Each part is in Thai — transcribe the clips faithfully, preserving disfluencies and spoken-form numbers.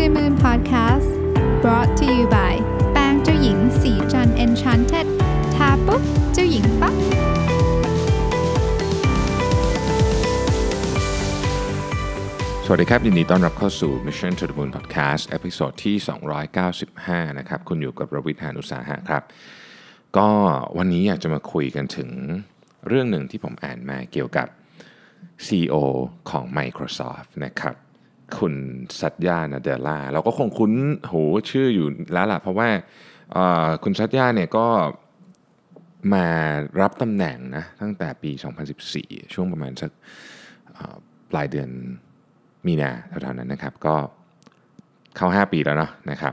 the Moon Podcast brought to you by แปรงเจ้าหญิงสีจัน Enchanted ทาปุ๊บเจ้าหญิงปั๊บสวัสดีครับยินดีต้อนรับเข้าสู่ Mission to the Moon Podcast เอพิโซดที่สองร้อยเก้าสิบห้านะครับคุณอยู่กับรวิทย์ หาญอุตสาหะครับก็วันนี้อยากจะมาคุยกันถึงเรื่องหนึ่งที่ผมอ่านมาเกี่ยวกับ ซี อี โอ ของ Microsoft นะครับคุณซัตยา นาเดลลาเราก็คงคุ้นหูชื่ออยู่แล้วล่ะเพราะว่าคุณซัตยาเนี่ยก็มารับตำแหน่งนะตั้งแต่ปีสองพันสิบสี่ช่วงประมาณสักปลายเดือนมีนาเท่านั้นนะครับก็เข้าห้าปีแล้วเนาะนะครับ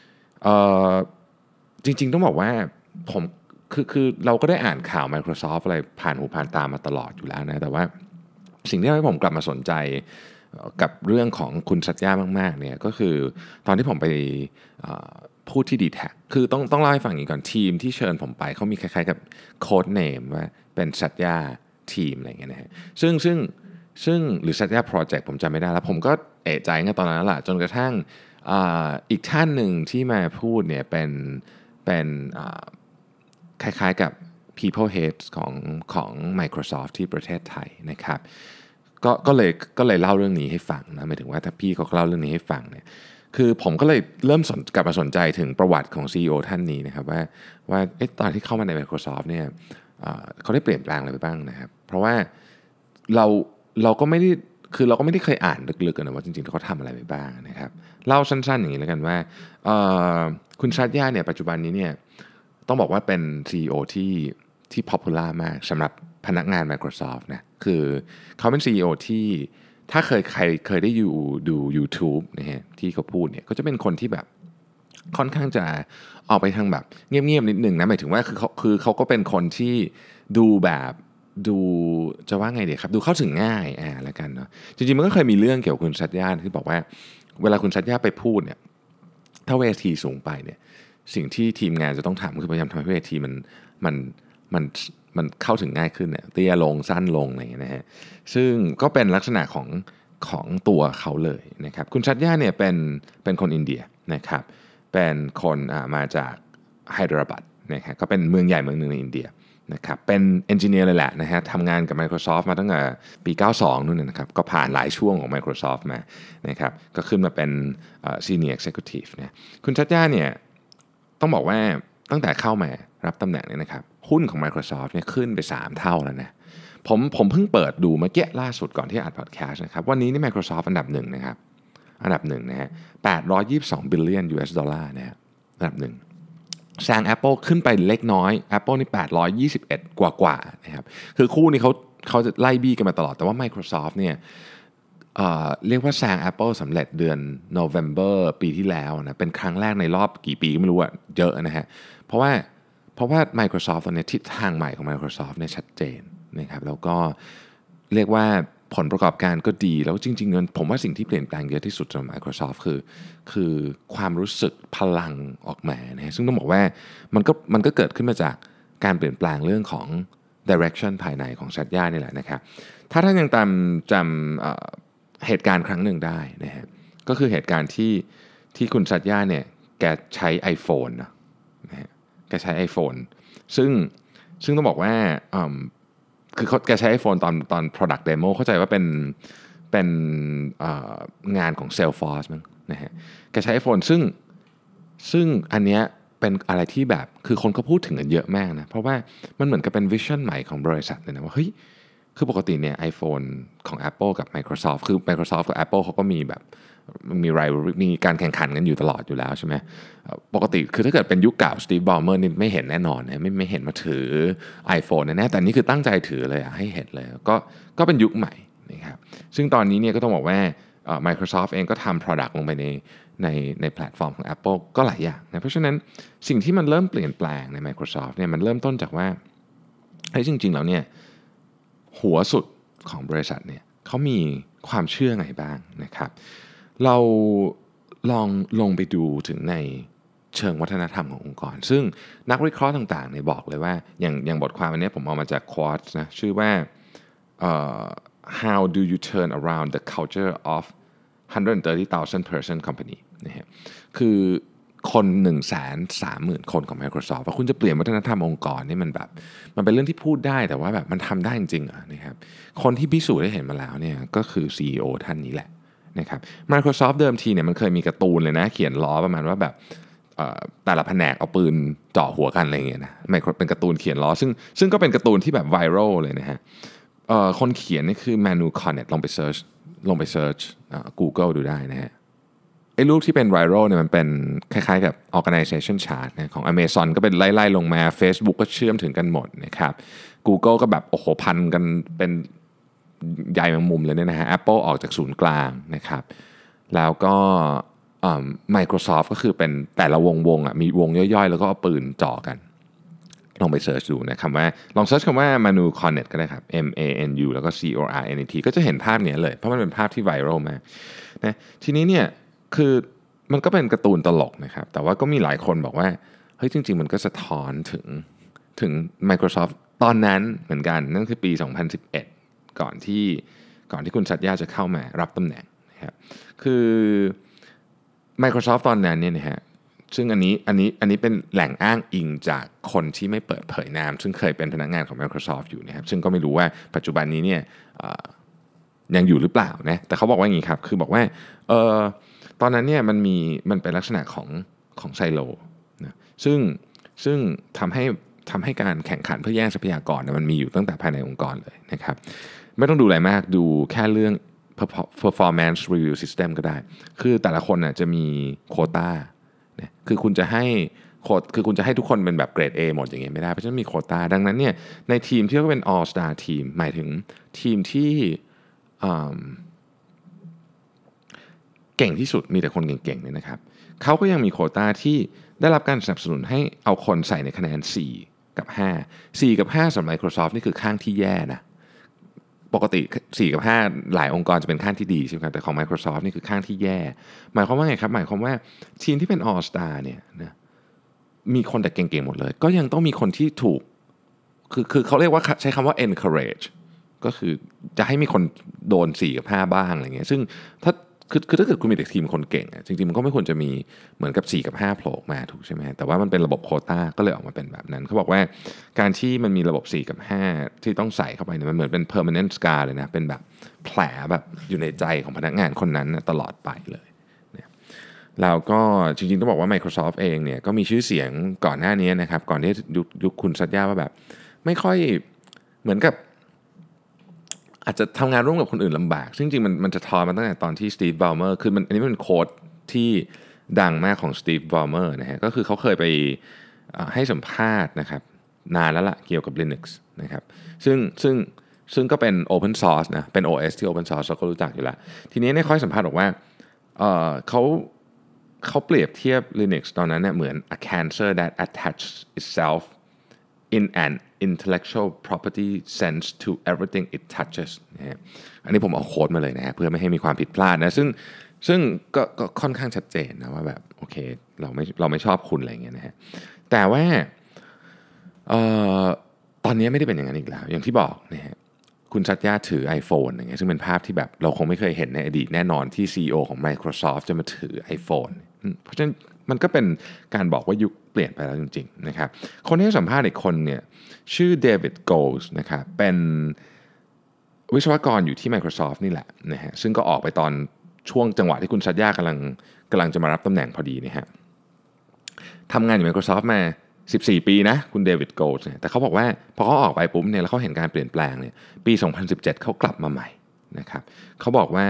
จริงๆต้องบอกว่าผมคือคือเราก็ได้อ่านข่าว Microsoft อะไรผ่านหูผ่านตามาตลอดอยู่แล้วนะแต่ว่าสิ่งที่ทำให้ผมกลับมาสนใจกับเรื่องของคุณสัตยามากๆเนี่ยก็คือตอนที่ผมไปพูดที่ ดี แท็ก คือต้องต้องเล่าให้ฟังอีกก่อนทีมที่เชิญผมไปเขามีคล้ายๆกับโค้ดเนมว่าเป็นสัตยาทีมอะไรอย่างเงี้ยนะฮะซึ่งซึ่งซึ่งหรือสัตยาโปรเจกต์ผมจำไม่ได้แล้วผมก็เอะใจกันตอนนั้นแหละจนกระทั่ง อ, อีกท่านหนึ่งที่มาพูดเนี่ยเป็นเป็นคล้ายๆกับ people head ของของ Microsoft ที่ประเทศไทยนะครับก็ก็เลยก็เลยเล่าเรื่องนี้ให้ฟังนะหมายถึงว่าถ้าพี่เขาเล่าเรื่องนี้ให้ฟังเนี่ยคือผมก็เลยเริ่มสนกลับมาสนใจถึงประวัติของ ซี อี โอ ท่านนี้นะครับว่าว่าตอนที่เข้ามาใน Microsoft เนี่ยเขาได้เปลี่ยนแปลงอะไรไปบ้างนะครับเพราะว่าเราเราก็ไม่ได้คือเราก็ไม่ได้เคยอ่านลึกๆกันนะว่าจริงๆเขาทำอะไรไปบ้างนะครับเล่าสั้นๆอย่างนี้แล้วกันว่าคุณซัตยาเนี่ยปัจจุบันนี้เนี่ยต้องบอกว่าเป็น ซี อี โอ ที่ที่ popular มากสำหรับพนักงาน Microsoft นะคือเขาเป็น ซี อี โอ ที่ถ้าเคยใครเคยได้อยู่ดู YouTube นะฮะที่เขาพูดเนี่ยก็จะเป็นคนที่แบบค่อนข้างจะออกไปทางแบบเงียบๆนิดนึงนะหมายถึงว่าคือเขาคือเขาก็เป็นคนที่ดูแบบดูจะว่าไงดีครับดูเข้าถึงง่ายอ่าแล้วกันเนาะจริงๆมันก็เคยมีเรื่องเกี่ยวกับคุณซัตยาที่บอกว่าเวลาคุณซัตยาไปพูดเนี่ยถ้าเวทีสูงไปเนี่ยสิ่งที่ทีมงานจะต้องทำคือพยายามทำให้เวทีมันมันมันมันเข้าถึงง่ายขึ้นเนี่ยเตี้ยลงสั้นลงอะไรอย่างเงี้ยนะฮะซึ่งก็เป็นลักษณะของของตัวเขาเลยนะครับคุณซัตยาเนี่ยเป็นเป็นคนอินเดียนะครับเป็นคนอ่ามาจากไฮเดราบัดนะครับก็เป็นเมืองใหญ่เมืองหนึ่งในอินเดียนะครับเป็นเอนจิเนียร์เลยแหละนะฮะทำงานกับ Microsoft มาตั้งแต่ปีเก้าสิบสองนู่นนะครับก็ผ่านหลายช่วงของ Microsoft มานะครับก็ขึ้นมาเป็นเอ่อ Senior Executive นะคุณซัตยาเนี่ยต้องบอกว่าตั้งแต่เข้ามารับตำแหน่งเนี่ยนะครับหุ้นของ Microsoft เนี่ยขึ้นไปสามเท่าแล้วนะผมผมเพิ่งเปิดดูเมื่อกี้ล่าสุดก่อนที่อัดพอดแคสต์นะครับวันนี้นี่ Microsoft อันดับหนึ่งนะครับอันดับหนึ่งนะฮะแปดร้อยยี่สิบสอง billion ยู เอส ดอลลาร์นะฮะอันดับหนึ่งแซง Apple ขึ้นไปเล็กน้อย Apple นี่แปดร้อยยี่สิบเอ็ดกว่าๆนะครับคือคู่นี้เขาเขาจะไล่บี้กันมาตลอดแต่ว่า Microsoft เนี่ย เอ่อเรียกว่าแซง Apple สำเร็จเดือน November ปีที่แล้วนะเป็นครั้งแรกในรอบกี่ปีไม่รู้อะเยอะนะฮะเพราะว่าเพราะว่า Microsoft ตอนนี้ทิศทางใหม่ของ Microsoft เนี่ยชัดเจนนะครับแล้วก็เรียกว่าผลประกอบการก็ดีแล้วจริงๆผมว่าสิ่งที่เปลี่ยนแปลงเยอะที่สุดสำหรับ Microsoft คือคือความรู้สึกพลังออกมานะฮะซึ่งต้องบอกว่ามันก็มันก็เกิดขึ้นมาจากการเปลี่ยนแปลงเรื่องของ direction ภายในของซัตยานี่แหละนะครับถ้าท่านยังจำจำเหตุการณ์ครั้งหนึ่งได้นะฮะก็คือเหตุการณ์ที่ที่คุณซัตยาเนี่ยแกใช้ iPhone นะนะฮะแกใช้ iPhone ซึ่งซึ่งต้องบอกว่าคือเขาแกใช้ iPhone ตอนตอน product demo เข้าใจว่าเป็นเป็นงานของ Salesforce มั้งนะฮะแกใช้ iPhone ซึ่งซึ่งอันเนี้ยเป็นอะไรที่แบบคือคนก็พูดถึงกันเยอะมากนะเพราะว่ามันเหมือนกับเป็นวิชั่นใหม่ของบริษัทเลยนะว่าเฮ้ยคือปกติเนี่ย iPhone ของ Apple กับ Microsoft คือ Microsoft กับ Apple เขาก็มีแบบมีไรมีการแข่งขันกันอยู่ตลอดอยู่แล้วใช่ไหมปกติคือถ้าเกิดเป็นยุคเก่า Steve Ballmer นี่ไม่เห็นแน่นอนนะไม่ไม่เห็นมาถือ iPhone แน่ๆแต่นี่คือตั้งใจถือเลยให้เห็นเลยก็ก็เป็นยุคใหม่นะครับซึ่งตอนนี้เนี่ยก็ต้องบอกว่า Microsoft เองก็ทำ product ลงไปในในในแพลตฟอร์มของ Apple ก็หลายอย่างนะเพราะฉะนั้นสิ่งที่มันเริ่มเปลี่ยนแปลงใน Microsoft เนี่ยมันเริ่มต้นจากว่าเฮ้ยจริงๆแล้วเนี่ยหัวสุดของบริษัทเนี่ยเขามีความเชื่อไงบ้างนะครับเราลองลงไปดูถึงในเชิงวัฒนธรรมขององค์กรซึ่งนักวิเคราะห์ต่างๆเนี่ยบอกเลยว่าอย่างอย่างบทความอันนี้ผมเอามาจาก Quartz นะชื่อว่า uh, how do you turn around the culture of one hundred thirty thousand person company นะฮะคือคน หนึ่งแสนสามหมื่น คนของ Microsoft ว่าคุณจะเปลี่ยนวัฒนธรรมองค์กรนี่มันแบบมันเป็นเรื่องที่พูดได้แต่ว่าแบบมันทำได้จริงๆเหรอนะครับคนที่พิสูจน์ได้เห็นมาแล้วเนี่ยก็คือ ซี อี โอ ท่านนี้แหละนะครับ Microsoft เดิมทีเนี่ยมันเคยมีการ์ตูนเลยนะเขียนล้อประมาณว่าแบบแต่ละแผนกเอาปืนเจาะหัวกันอะไรเงี้ยนะเป็นการ์ตูนเขียนล้อซึ่งซึ่งก็เป็นการ์ตูนที่แบบไวรัลเลยนะฮะคนเขียนนี่คือ Manu Cornet ลองไปเซิร์ชลงไปเซิร์ช Google ดูได้นะฮะไอ้รูปที่เป็นไวรัลเนี่ยมันเป็นคล้ายๆกับ organization chart นะของ Amazon ก็เป็นไล่ๆลงมา Facebook ก็เชื่อมถึงกันหมดนะครับ Google ก็แบบโอ้โหพันกันเป็นใหญ่แมงมุมเลยเนี่ยนะฮะ Apple ออกจากศูนย์กลางนะครับแล้วก็ Microsoft ก็คือเป็นแต่ละวงวงอ่ะมีวงย่อยๆแล้วก็เอาปืนจ่อกันลองไปเสิร์ชดูนะคำว่าลองเสิร์ชคำว่า Manu Cornet ก็ได้ครับ M A N U แล้วก็ C O R N E T ก็จะเห็นภาพนี้เลยเพราะมันเป็นภาพที่ไวรัลมากนะทีนี้เนี่ยคือมันก็เป็นการ์ตูนตลกนะครับแต่ว่าก็มีหลายคนบอกว่าเฮ้ยจริงๆมันก็สะท้อนถึงถึง Microsoft ตอนนั้นเหมือนกันนั่นคือปีสองพันสิบเอ็ดก่อนที่ก่อนที่คุณสัตยาจะเข้ามารับตำแหน่งนะครับคือ Microsoft ตอนนั้นเนี่ยนะฮะซึ่งอันนี้อันนี้อันนี้เป็นแหล่งอ้างอิงจากคนที่ไม่เปิดเผยนามซึ่งเคยเป็นพนักงานของ Microsoft อยู่นะครับซึ่งก็ไม่รู้ว่าปัจจุบันนี้เนี่ยยังอยู่หรือเปล่านะแต่เขาบอกว่าอย่างนี้ครับคือบอกว่าเออตอนนั้นเนี่ยมันมีมันเป็นลักษณะของของไซโลนะซึ่งซึ่งทำให้ทำให้การแข่งขันเพื่อแย่งทรัพยากรเนี่ยมันมีอยู่ตั้งแต่ภายในองค์กรเลยนะครับไม่ต้องดูอะไรมากดูแค่เรื่อง performance review system ก็ได้คือแต่ละคนน่ะจะมีโควต้าคือคุณจะให้โค้ดคือคุณจะให้ทุกคนเป็นแบบเกรด A หมดอย่างเงี้ยไม่ได้เพราะฉะนั้นมีโควต้าดังนั้นเนี่ยในทีมที่ก็เป็น all star ทีมหมายถึงทีมที่เก่งที่สุดมีแต่คนเก่งๆเนี่ยนะครับเขาก็ยังมีโควต้าที่ได้รับการสนับสนุนให้เอาคนใส่ในคะแนนสี่กับห้า สี่กับห้าสำหรับ Microsoft นี่คือข้างที่แย่นะปกติสี่กับห้าหลายองค์กรจะเป็นข้างที่ดีใช่ไหมครับแต่ของ Microsoft นี่คือข้างที่แย่หมายความว่าไงครับหมายความว่าทีมที่เป็น All Star เนี่ยนะมีคนแต่เก่งๆหมดเลยก็ยังต้องมีคนที่ถูกคือคือเขาเรียกว่าใช้คำว่า encourage ก็คือจะให้มีคนโดนสี่กับห้าบ้างอะไรเงี้ยซึ่งถ้าคือคือถ้าเกิดคุณมีแต่ทีมคนเก่งจริงๆมันก็ไม่ควรจะมีเหมือนกับสี่กับห้าโผล่มาถูกใช่ไหมแต่ว่ามันเป็นระบบโควต้าก็เลยออกมาเป็นแบบนั้นเขาบอกว่าการที่มันมีระบบสี่กับห้าที่ต้องใส่เข้าไปเนี่ยมันเหมือนเป็น permanent scar เลยนะเป็นแบบแผลแบบอยู่ในใจของพนักงานคนนั้นตลอดไปเลยแล้วก็จริงๆต้องบอกว่า Microsoft เองเนี่ยก็มีชื่อเสียงก่อนหน้านี้นะครับก่อนที่ยุคยุคคุณสัตยาว่าแบบไม่ค่อยเหมือนกับอาจจะทำงานร่วมกับคนอื่นลำบากซึ่งจริงๆมันมันจะทอมาตั้งแต่ตอนที่สตีฟ บอลเมอร์คือมันอันนี้เป็นโค้ดที่ดังมากของสตีฟ บอลเมอร์นะฮะก็คือเขาเคยไปให้สัมภาษณ์นะครับนานแล้วล่ะเกี่ยวกับ Linux นะครับซึ่งซึ่งซึ่งก็เป็น Open Source นะเป็น โอ เอส ที่ Open Source เราก็รู้จักอยู่แล้วทีนี้ในข้อสัมภาษณ์บอกว่าเอ่อเขาเขาเปรียบเทียบ Linux ตอนนั้นเนี่ยเหมือน a cancer that attaches itself in an intellectual property sense to everything it touches นะฮะอันนี้ผมเอาโค้ดมาเลยนะฮะเพื่อไม่ให้มีความผิดพลาดนะซึ่งซึ่งก็ก็ค่อนข้างชัดเจนนะว่าแบบโอเคเราไม่เราไม่ชอบคุณอะไรอย่างเงี้ยนะฮะแต่ว่าเอ่อตอนนี้ไม่ได้เป็นอย่างนั้นอีกแล้วอย่างที่บอกนะฮะคุณสัตยาถือ iPhone อย่างเงี้ยซึ่งเป็นภาพที่แบบเราคงไม่เคยเห็นในอดีตแน่นอนที่ ซี อี โอ ของ Microsoft จะมาถือ iPhone เพราะฉะนั้นมันก็เป็นการบอกว่ายุคเปลี่ยนไปแล้วจริงๆนะครับคนที่สัมภาษณ์อีกคนเนี่ยชื่อเดวิดโกลส์นะครับเป็นวิศวกรอยู่ที่ Microsoft นี่แหละนะฮะซึ่งก็ออกไปตอนช่วงจังหวะที่คุณสัตยากำลังกำลังจะมารับตำแหน่งพอดีนะฮะทำงานอยู่ Microsoft มาสิบสี่ปีนะคุณเดวิดโกลส์เนี่ยแต่เขาบอกว่าพอเขาออกไปปุ๊บเนี่ยแล้วเขาเห็นการเปลี่ยนแปลงเนี่ยปีสองพันสิบเจ็ดเขากลับมาใหม่นะครับเขาบอกว่า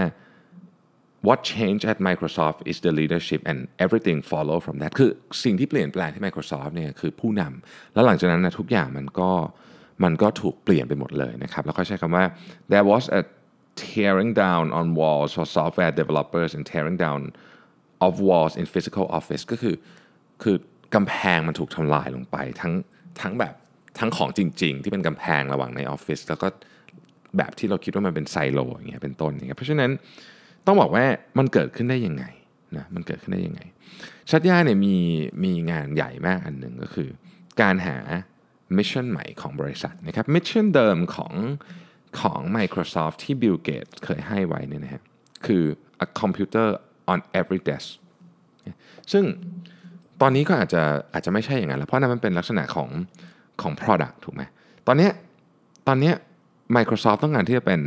What changed at Microsoft is the leadership and everything follow from that คือสิ่งที่เปลี่ยนแปลงที่ Microsoft เนี่ยคือผู้นำแล้วหลังจากนั้นนะทุกอย่างมันก็มันก็ถูกเปลี่ยนไปหมดเลยนะครับแล้วเขาใช้คำว่า there was a tearing down on walls for software developers and tearing down of walls in physical office ก็คือคือกำแพงมันถูกทำลายลงไปทั้งทั้งแบบทั้งของจริงๆที่เป็นกำแพงระหว่างในออฟฟิศแล้วก็แบบที่เราคิดว่ามันเป็นไซโลอย่างเงี้ยเป็นต้นอย่างเงี้ยเพราะฉะนั้นต้องบอกว่ามันเกิดขึ้นได้ยังไงนะมันเกิดขึ้นได้ยังไงชัดย่าเนี่ยมีมีงานใหญ่มากอันหนึ่งก็คือการหามิชชั่นใหม่ของบริษัทนะครับมิชชั่นเดิมของของ Microsoft ที่ Bill Gates เคยให้ไว้เนี่ยนะฮะคือ a computer on every desk ซึ่งตอนนี้ก็อาจจะอาจจะไม่ใช่อย่างนั้นแล้วเพราะนั้นมันเป็นลักษณะของของ product ถูกไหมตอนนี้ตอนนี้ Microsoft ต้องการที่จะเป็น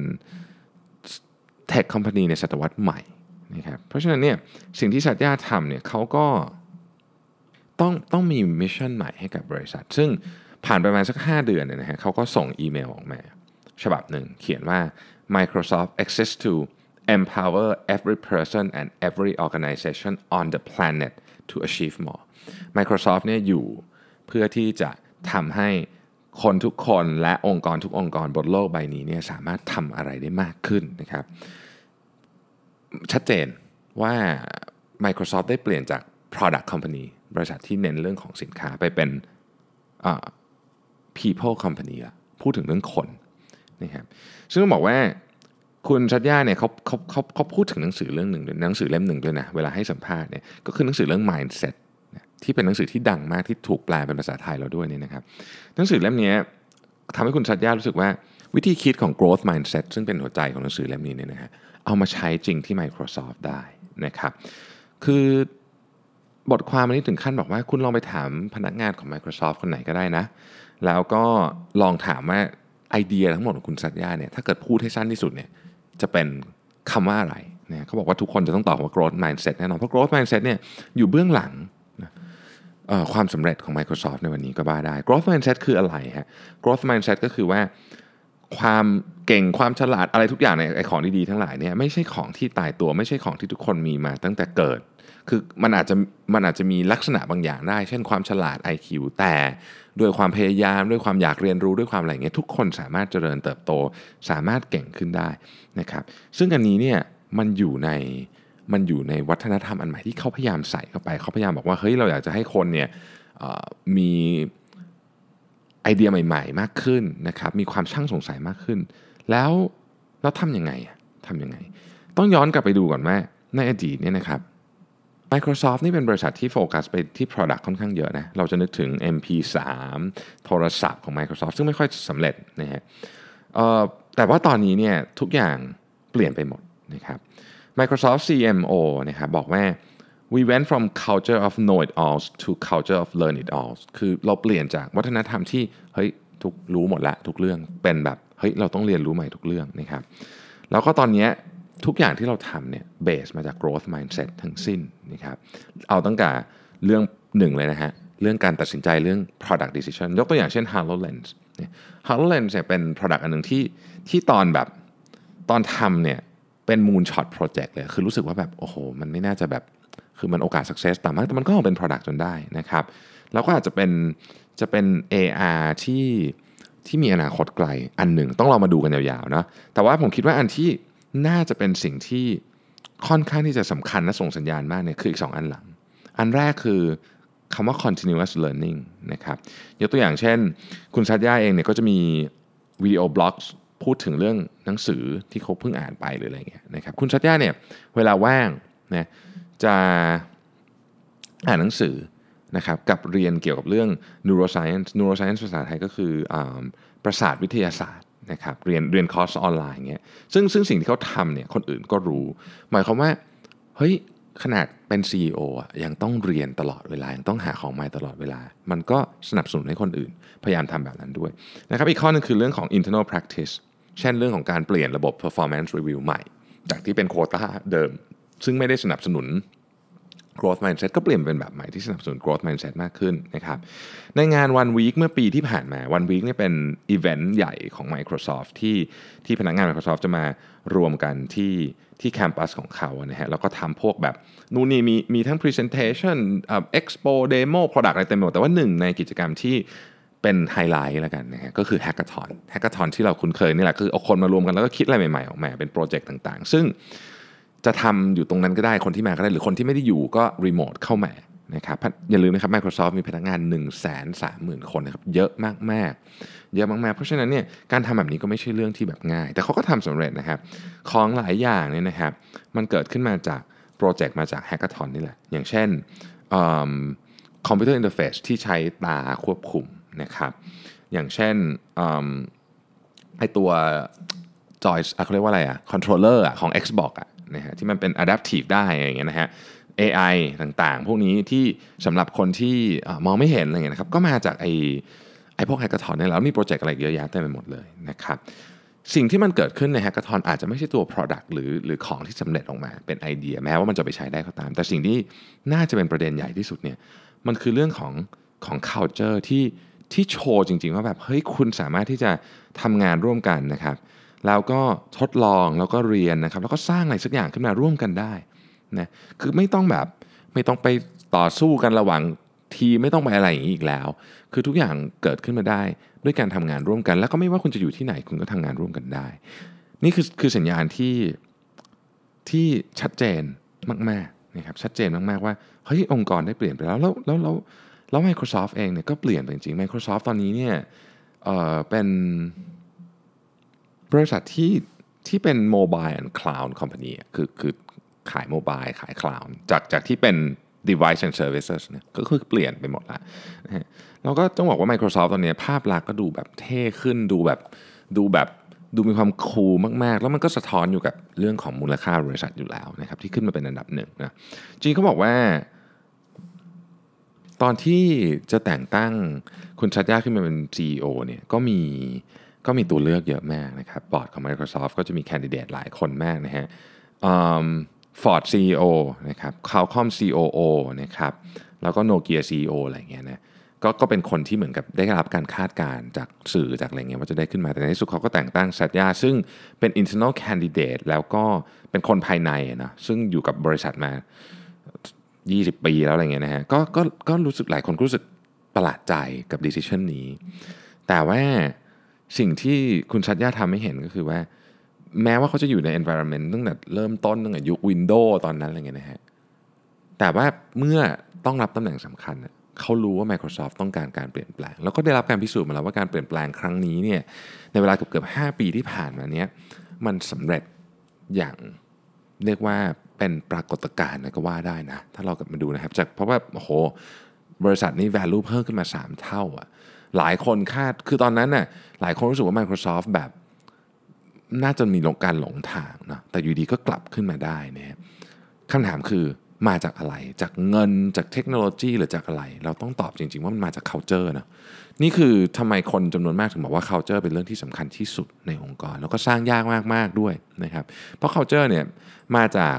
tech company ในศตวรรษใหม่นะครับเพราะฉะนั้นเนี่ยสิ่งที่สัตยาทำเนี่ยเขาก็ต้องต้องมีมิชชั่นใหม่ให้กับบริษัทซึ่งผ่านไปประมาณสักห้าเดือนเนี่ยนะฮะเขาก็ส่งอีเมลออกมาฉบับหนึ่งเขียนว่า Microsoft exists to empower every person and every organization on the planet to achieve more Microsoft เนี่ยอยู่เพื่อที่จะทำให้คนทุกคนและองค์กรทุกองค์กรบนโลกใบนี้เนี่ยสามารถทำอะไรได้มากขึ้นนะครับชัดเจนว่า Microsoft ได้เปลี่ยนจาก product company บริษัทที่เน้นเรื่องของสินค้าไปเป็น uh, people company ละพูดถึงเรื่องคนนะครับซึ่งต้องบอกว่าคุณชัดย่าเนี่ยเขาเขาเขาเขาพูดถึงหนังสือเรื่องหนึ่งด้วยหนังสือเล่มหนึ่งด้วยนะเวลาให้สัมภาษณ์เนี่ยก็คือหนังสือเรื่อง mindset ที่เป็นหนังสือที่ดังมากที่ถูกแปลเป็นภาษาไทยเราด้วยเนี่ยนะครับหนังสือเล่มนี้ทำให้คุณชัดย่ารู้สึกว่าวิธีคิดของ growth mindset ซึ่งเป็นหัวใจของหนังสือเล่มนี้เนี่ยนะฮะเอามาใช้จริงที่ Microsoft ได้นะครับคือบทความอันนี้ถึงขั้นบอกว่าคุณลองไปถามพนักงานของ Microsoft คนไหนก็ได้นะแล้วก็ลองถามว่าไอเดียทั้งหมดของคุณชัดย่าเนี่ยถ้าเกิดพูดให้สั้นที่สุดเนี่ยจะเป็นคำว่าอะไรเนี่ยเขาบอกว่าทุกคนจะต้องตอบว่า growth mindset แน่นอนเพราะ growth mindset เนี่ยอยู่เบื้องหลังนะความสำเร็จของ Microsoft ในวันนี้ก็บ้าได้ growth mindset คืออะไรฮะ growth mindset ก็คือว่าความเก่งความฉลาดอะไรทุกอย่างในไอ้ของดีๆทั้งหลายเนี่ยไม่ใช่ของที่ตายตัวไม่ใช่ของที่ทุกคนมีมาตั้งแต่เกิดคือมันอาจจะมันอาจจะมีลักษณะบางอย่างได้เช่นความฉลาด ไอ คิว แต่ด้วยความพยายามด้วยความอยากเรียนรู้ด้วยความอะไรเงี้ยทุกคนสามารถเจริญเติบโตสามารถเก่งขึ้นได้นะครับซึ่งอันนี้เนี่ยมันอยู่ในมันอยู่ในวัฒนธรรมอันใหม่ที่เขาพยายามใส่เข้าไปเขาพยายามบอกว่าเฮ้ยเราอยากจะให้คนเนี่ยมีไอเดียใหม่ๆมากขึ้นนะครับมีความช่างสงสัยมากขึ้นแล้วเราทำยังไงทำยังไงต้องย้อนกลับไปดูก่อนว่าในอดีตเนี่ยนะครับ Microsoft นี่เป็นบริษัทที่โฟกัสไปที่ Product ค่อนข้างเยอะนะเราจะนึกถึง เอ็ม พี ทรี โทรศัพท์ของ Microsoft ซึ่งไม่ค่อยสำเร็จนะฮะแต่ว่าตอนนี้เนี่ยทุกอย่างเปลี่ยนไปหมดนะครับ Microsoft ซี เอ็ม โอ นะครับบอกว่า we went from culture of know it alls to culture of learn it alls คือเราเปลี่ยนจากวัฒนธรรมที่เฮ้ยทุกรู้หมดละทุกเรื่องเป็นแบบเฮ้ยเราต้องเรียนรู้ใหม่ทุกเรื่องนะครับแล้วก็ตอนนี้ทุกอย่างที่เราทำเนี่ยเบสมาจาก growth mindset ทั้งสิ้นนะครับเอาตั้งแต่เรื่องหนึ่งเลยนะฮะเรื่องการตัดสินใจเรื่อง product decision ยกตัวอย่างเช่น HoloLens HoloLens เนี่ยเป็น product อันหนึ่งที่ที่ตอนแบบตอนทำเนี่ยเป็น moonshot project เลยคือรู้สึกว่าแบบโอ้โหมันไม่น่าจะแบบคือมันโอกาส success ต่ำมากแต่มันก็ออกเป็น product จนได้นะครับแล้วก็อาจจะเป็นจะเป็น เอ อาร์ ที่ที่มีอนาคตไกลอันหนึ่งต้องลองมาดูกันยาวๆนะแต่ว่าผมคิดว่าอันที่น่าจะเป็นสิ่งที่ค่อนข้างที่จะสำคัญและส่งสัญญาณมากเนี่ยคืออีกสองอันหลังอันแรกคือคำว่า continuous learning นะครับยกตัวอย่างเช่นคุณชัดย่าเองเนี่ยก็จะมีวิดีโอบล็อกพูดถึงเรื่องหนังสือที่เขาเพิ่งอ่านไปหรืออะไรเงี้ยนะครับคุณชัดย่าเนี่ยเวลาว่างนะจะอ่านหนังสือนะครับกับเรียนเกี่ยวกับเรื่อง neuroscience neuroscience ภาษาไทยก็คือประสาทวิทยาศาสตร์นะครับเรียนเรียนคอร์สออนไลน์เงี้ยซึ่งซึ่งสิ่งที่เขาทำเนี่ยคนอื่นก็รู้หมายความว่าเฮ้ยขนาดเป็น ซี อี โอ อ่ะยังต้องเรียนตลอดเวลายังต้องหาของใหม่ตลอดเวลามันก็สนับสนุนให้คนอื่นพยายามทำแบบนั้นด้วยนะครับอีกข้อนึงคือเรื่องของ internal practice เช่นเรื่องของการเปลี่ยนระบบ performance review ใหม่จากที่เป็นโควต้าเดิมซึ่งไม่ได้สนับสนุน growth mindset ก็เปลี่ยนเป็นแบบใหม่ที่สนับสนุน growth mindset มากขึ้นนะครับในงาน One Week เมื่อปีที่ผ่านมา One Week เนี่ยเป็นอีเวนต์ใหญ่ของ Microsoft ที่ที่พนักงาน Microsoft จะมารวมกันที่ที่แคมปัสของเขานะฮะแล้วก็ทำพวกแบบนู่นนี่มีมีทั้ง presentation เอ่อ expo demo product อะไรเต็มไปหมดแต่ว่าหนึ่งในกิจกรรมที่เป็นไฮไลท์แล้วกันนะฮะก็คือ hackathon hackathon ที่เราคุ้นเคยนี่แหละคือเอาคนมารวมกันแล้วก็คิดอะไรใหม่ๆออกมาเป็นโปรเจกต์ต่างๆซึ่งจะทำอยู่ตรงนั้นก็ได้คนที่มาก็ได้หรือคนที่ไม่ได้อยู่ก็รีโมทเข้ามานะครับอย่าลืมนะครับ Microsoft มีพนักงาน หนึ่งแสนสามหมื่น คนนะครับเยอะมากๆเยอะมากๆเพราะฉะนั้นเนี่ยการทำแบบนี้ก็ไม่ใช่เรื่องที่แบบง่ายแต่เขาก็ทำสำเร็จนะครับของหลายอย่างเนี่ยนะครับมันเกิดขึ้นมาจากโปรเจกต์มาจาก Hackathon นี่แหละอย่างเช่นคอมพิวเตอร์อินเทอร์เฟซที่ใช้ตาควบคุมนะครับอย่างเช่นไอตัวจอยเขาเรียกว่าอะไรอะคอนโทรลเลอร์ของ Xbox อะนะฮะที่มันเป็น adaptive ได้อย่างเงี้ยนะฮะ เอ ไอ ต่างๆพวกนี้ที่สำหรับคนที่มองไม่เห็นอะไรเงี้ยนะครับก็มาจากไอ้ไอ้พวกแฮกเกอร์ทอนเนี่ยแล้วมีโปรเจกต์อะไรเยอะแยะเต็มไปหมดเลยนะครับสิ่งที่มันเกิดขึ้นในแฮกเกอร์ทอนอาจจะไม่ใช่ตัว product หรือหรือของที่สำเร็จออกมาเป็นไอเดียแม้ว่ามันจะไปใช้ได้ก็ตามแต่สิ่งที่น่าจะเป็นประเด็นใหญ่ที่สุดเนี่ยมันคือเรื่องของของ culture ที่ที่โชว์จริงๆว่าแบบเฮ้ยคุณสามารถที่จะทำงานร่วมกันนะครับแล้วก็ทดลองแล้วก็เรียนนะครับแล้วก็สร้างอะไรสักอย่างขึ้นมาร่วมกันได้นะคือไม่ต้องแบบไม่ต้องไปต่อสู้กันระหว่างทีมไม่ต้องไปอะไรอย่างนี้อีกแล้วคือทุกอย่างเกิดขึ้นมาได้ด้วยการทำงานร่วมกันแล้วก็ไม่ว่าคุณจะอยู่ที่ไหนคุณก็ทำงานร่วมกันได้นี่คือคือสัญญาณที่ที่ชัดเจนมากๆนะครับชัดเจนมากๆว่าเฮ้ยองค์กรได้เปลี่ยนไปแล้วแล้วแล้วแล้วแล้ว Microsoft เองเนี่ยก็เปลี่ยนไปจริงๆ Microsoft ตอนนี้เนี่ยเอ่อเป็นบริษัทที่ที่เป็น Mobile and Cloud Company คือคือขายโมบายขายคลาวด์จากจากที่เป็น device and services เนี่ยก็คือเปลี่ยนไปหมดแล้วนะฮะแล้วก็ต้องบอกว่า Microsoft ตอนนี้ภาพลักษณ์ก็ดูแบบเท่ขึ้นดูแบบดูแบบดูมีความคูลมากๆแล้วมันก็สะท้อนอยู่กับเรื่องของมูลค่าบริษัทอยู่แล้วนะครับที่ขึ้นมาเป็นอันดับหนึ่งนะจริงเขาบอกว่าตอนที่จะแต่งตั้งคุณซัตยาขึ้นมาเป็น ซี อี โอ เนี่ยก็มีก็มีตัวเลือกเยอะมากนะครับบอร์ดของ Microsoft ก็จะมีแคนดิเดตหลายคนมากนะฮะFord ซี อี โอ นะครับ Qualcomm ซี โอ โอ นะครับแล้วก็ Nokia ซี อี โอ อะไรอย่างเงี้ยนะก็ก็เป็นคนที่เหมือนกับได้รับการคาดการณ์จากสื่อจากอะไรเงี้ยว่าจะได้ขึ้นมาแต่ในที่สุดเขาก็แต่งตั้งซัตยาซึ่งเป็น internal candidate แล้วก็เป็นคนภายในนะซึ่งอยู่กับบริษัทมายี่สิบปีแล้วอะไรเงี้ยนะฮะก็ก็ก็รู้สึกหลายคนรู้สึกประหลาดใจกับ decision นี้แต่ว่าสิ่งที่คุณซัตยาทำให้เห็นก็คือว่าแม้ว่าเขาจะอยู่ใน environment ตั้งแต่เริ่มต้นตั้งแต่ยุค Windows ตอนนั้นอะไรเงี้ยนะฮะแต่ว่าเมื่อต้องรับตำแหน่งสำคัญเขารู้ว่า Microsoft ต้องการการเปลี่ยนแปลงแล้วก็ได้รับการพิสูจน์มาแล้วว่าการเปลี่ยนแปลงครั้งนี้เนี่ยในเวลาเกือบๆห้าปีที่ผ่านมาเนี้ยมันสำเร็จอย่างเรียกว่าเป็นปรากฏการณ์ก็ว่าได้นะถ้าเรากลับมาดูนะครับจากเพราะว่าโอ้โหบริษัทนี้ value เพิ่มขึ้นมาสามเท่าอ่ะหลายคนคาดคือตอนนั้นน่ะหลายคนรู้สึกว่า Microsoft แบบน่าจะมีการหลงทางนะแต่อยู่ดีก็กลับขึ้นมาได้นะคำถามคือมาจากอะไรจากเงินจากเทคโนโลยีหรือจากอะไรเราต้องตอบจริงๆว่ามันมาจาก culture นะนี่คือทำไมคนจำนวนมากถึงบอกว่า culture เป็นเรื่องที่สำคัญที่สุดในองค์กรแล้วก็สร้างยากมากๆด้วยนะครับเพราะ culture เนี่ยมาจาก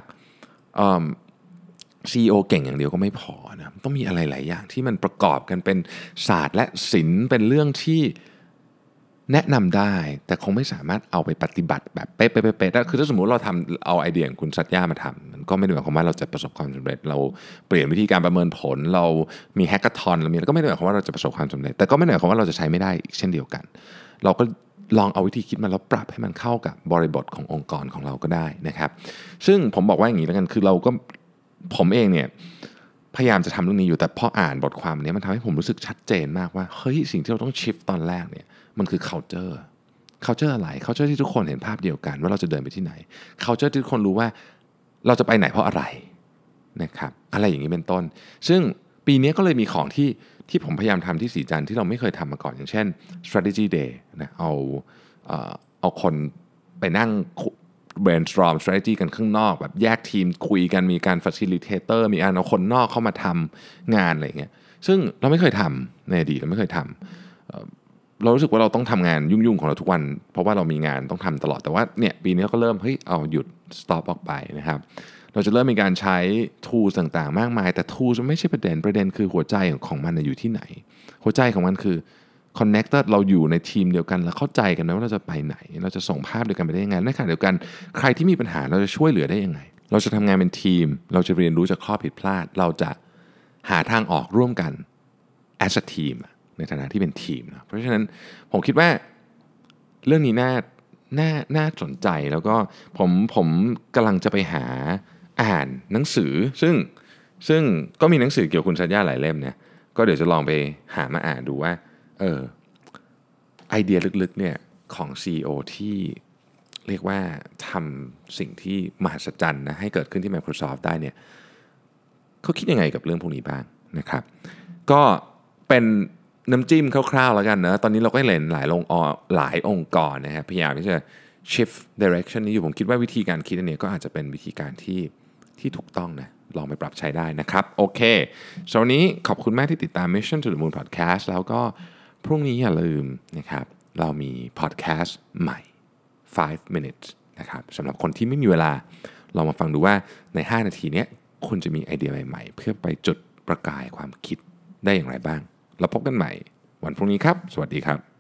ซี อี โอ เก่งอย่างเดียวก็ไม่พอนะต้องมีอะไรหลายอย่างที่มันประกอบกันเป็นศาสตร์และศิลป์เป็นเรื่องที่แนะนำได้แต่คงไม่สามารถเอาไปปฏิบัติแบบเป๊ะๆๆคือถ้าสมมุติเราทำเอาไอเดียของคุณซัตยามาทำมันก็ไม่ได้หมายความว่าเราจะประสบความสำเร็จเราเปลี่ยนวิธีการประเมินผลเรามีแฮกเกอร์ทอนเรามีก็ไม่ได้หมายความว่าเราจะประสบความสำเร็จแต่ก็ไม่ได้หมายความว่าเราจะใช้ไม่ได้เช่นเดียวกันเราก็ลองเอาวิธีคิดมาแล้วปรับให้มันเข้ากับบริบทขององค์กรของเราก็ได้นะครับซึ่งผมบอกว่าอย่างนี้แล้วกันคือเราก็ผมเองเนี่ยพยายามจะทำเรื่องนี้อยู่แต่พออ่านบทความนี้มันทำให้ผมรู้สึกชัดเจนมากว่าเฮ้ยสิ่งที่เราต้องชิฟตอนแรกเนี่ยมันคือ culture culture อะไร culture ที่ทุกคนเห็นภาพเดียวกันว่าเราจะเดินไปที่ไหน culture ที่ทุกคนรู้ว่าเราจะไปไหนเพราะอะไรนะครับอะไรอย่างนี้เป็นต้นซึ่งปีนี้ก็เลยมีของที่ที่ผมพยายามทำที่สีจันทร์ที่เราไม่เคยทำมาก่อนอย่างเช่น strategy day นะเอาเอ่อเอาคนไปนั่ง brainstorm strategy กันข้างนอกแบบแยกทีมคุยกันมีการ facilitator มีการเอาคนนอกเข้ามาทำงานอะไรอย่างเงี้ยซึ่งเราไม่เคยทำในอดีตเราไม่เคยทำเรารู้สึกว่าเราต้องทำงานยุ่งๆของเราทุกวันเพราะว่าเรามีงานต้องทำตลอดแต่ว่าเนี่ยปีนี้ก็เริ่มเฮ้ยเอาหยุด stop ออกไปนะครับเราจะเริ่มมีการใช้ tools ต่างๆมากมายแต่ tools ไม่ใช่ประเด็นประเด็นคือหัวใจของมันอยู่ที่ไหนหัวใจของมันคือ connected เราอยู่ในทีมเดียวกันแล้วเข้าใจกันนะว่าเราจะไปไหนเราจะส่งภาพเดียวกันไปได้ยังไงในขณะเดียวกันใครที่มีปัญหาเราจะช่วยเหลือได้ยังไงเราจะทำงานเป็นทีมเราจะเรียนรู้จากข้อผิดพลาดเราจะหาทางออกร่วมกัน as a team ในฐานะที่เป็นทีมนะเพราะฉะนั้นผมคิดว่าเรื่องนี้น่าน่าน่าสนใจแล้วก็ผมผมกำลังจะไปหาอ่านหนังสือซึ่งซึ่งก็มีหนังสือเกี่ยวกับคุณซัตยาหลายเล่มเนี่ยก็เดี๋ยวจะลองไปหามาอ่านดูว่าเออไอเดียลึกๆเนี่ยของ ซี อี โอ ที่เรียกว่าทำสิ่งที่มหัศจรรย์นะให้เกิดขึ้นที่ Microsoft ได้เนี่ยเขาคิดยังไงกับเรื่องพวกนี้บ้างนะครับก็เป็นน้ำจิ้มคร่าวๆแล้วกันนะตอนนี้เราก็เห็นหลายองค์หลายองค์กรนะครับพยายามที่จะ shift direction นี้อยู่ผมคิดว่าวิธีการคิดอันนี้ก็อาจจะเป็นวิธีการที่ที่ถูกต้องนะลองไปปรับใช้ได้นะครับโอเคสำหรับวันนี้ขอบคุณมากที่ติดตาม Mission to the Moon Podcast แล้วก็พรุ่งนี้อย่าลืมนะครับเรามี podcast ใหม่five minutes นะครับสำหรับคนที่ไม่มีเวลาลองมาฟังดูว่าในห้านาทีนี้คุณจะมีไอเดียใหม่ๆเพื่อไปจุดประกายความคิดได้อย่างไรบ้างเราพบกันใหม่วันพรุ่งนี้ครับสวัสดีครับ